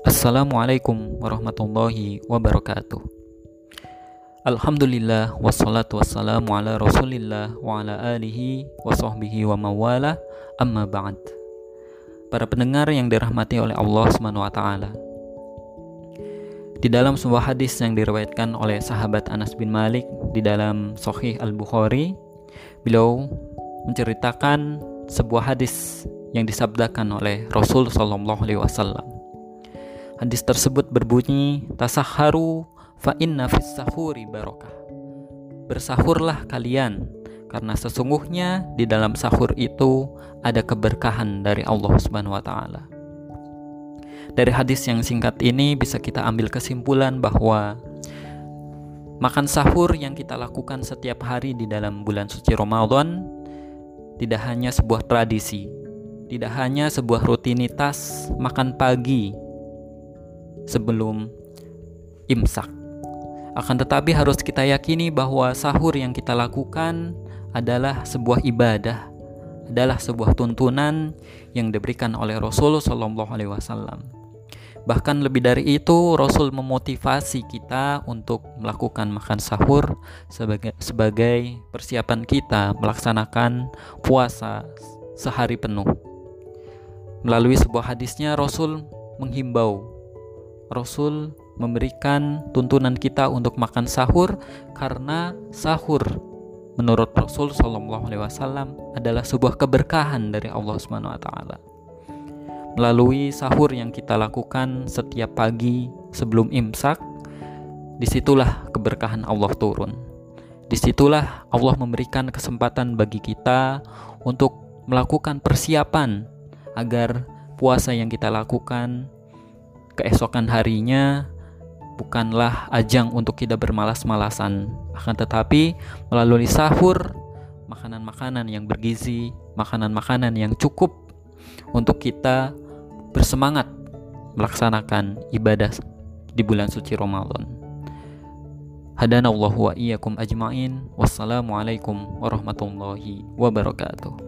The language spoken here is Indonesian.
Assalamualaikum warahmatullahi wabarakatuh. Alhamdulillah wassalatu wassalamu ala rasulillah wa ala alihi wa sahbihi wa mawala amma ba'd. Para pendengar yang dirahmati oleh Allah SWT, di dalam sebuah hadis yang diriwayatkan oleh sahabat Anas bin Malik di dalam Sahih Al-Bukhari, beliau menceritakan sebuah hadis yang disabdakan oleh Rasul SAW. Hadis tersebut berbunyi, tasahharu fa inna fis sahuri barakah. Bersahurlah kalian, karena sesungguhnya di dalam sahur itu ada keberkahan dari Allah Subhanahu wa taala. Dari hadis yang singkat ini bisa kita ambil kesimpulan bahwa makan sahur yang kita lakukan setiap hari di dalam bulan suci Ramadan tidak hanya sebuah tradisi, tidak hanya sebuah rutinitas makan pagi sebelum imsak. Akan tetapi harus kita yakini bahwa sahur yang kita lakukan adalah sebuah ibadah, adalah sebuah tuntunan yang diberikan oleh Rasul SAW. Bahkan lebih dari itu, Rasul memotivasi kita untuk melakukan makan sahur sebagai persiapan kita melaksanakan puasa sehari penuh. Melalui sebuah hadisnya, Rasul menghimbau, Rasul memberikan tuntunan kita untuk makan sahur, karena sahur menurut Rasul SAW adalah sebuah keberkahan dari Allah SWT. Melalui sahur yang kita lakukan setiap pagi sebelum imsak, disitulah keberkahan Allah turun. Disitulah Allah memberikan kesempatan bagi kita untuk melakukan persiapan agar puasa yang kita lakukan keesokan harinya bukanlah ajang untuk kita bermalas-malasan, akan tetapi melalui sahur, makanan-makanan yang bergizi, makanan-makanan yang cukup untuk kita bersemangat melaksanakan ibadah di bulan suci Ramadan. Hadanallahu wa iyyakum ajma'in. Wassalamualaikum warahmatullahi wabarakatuh.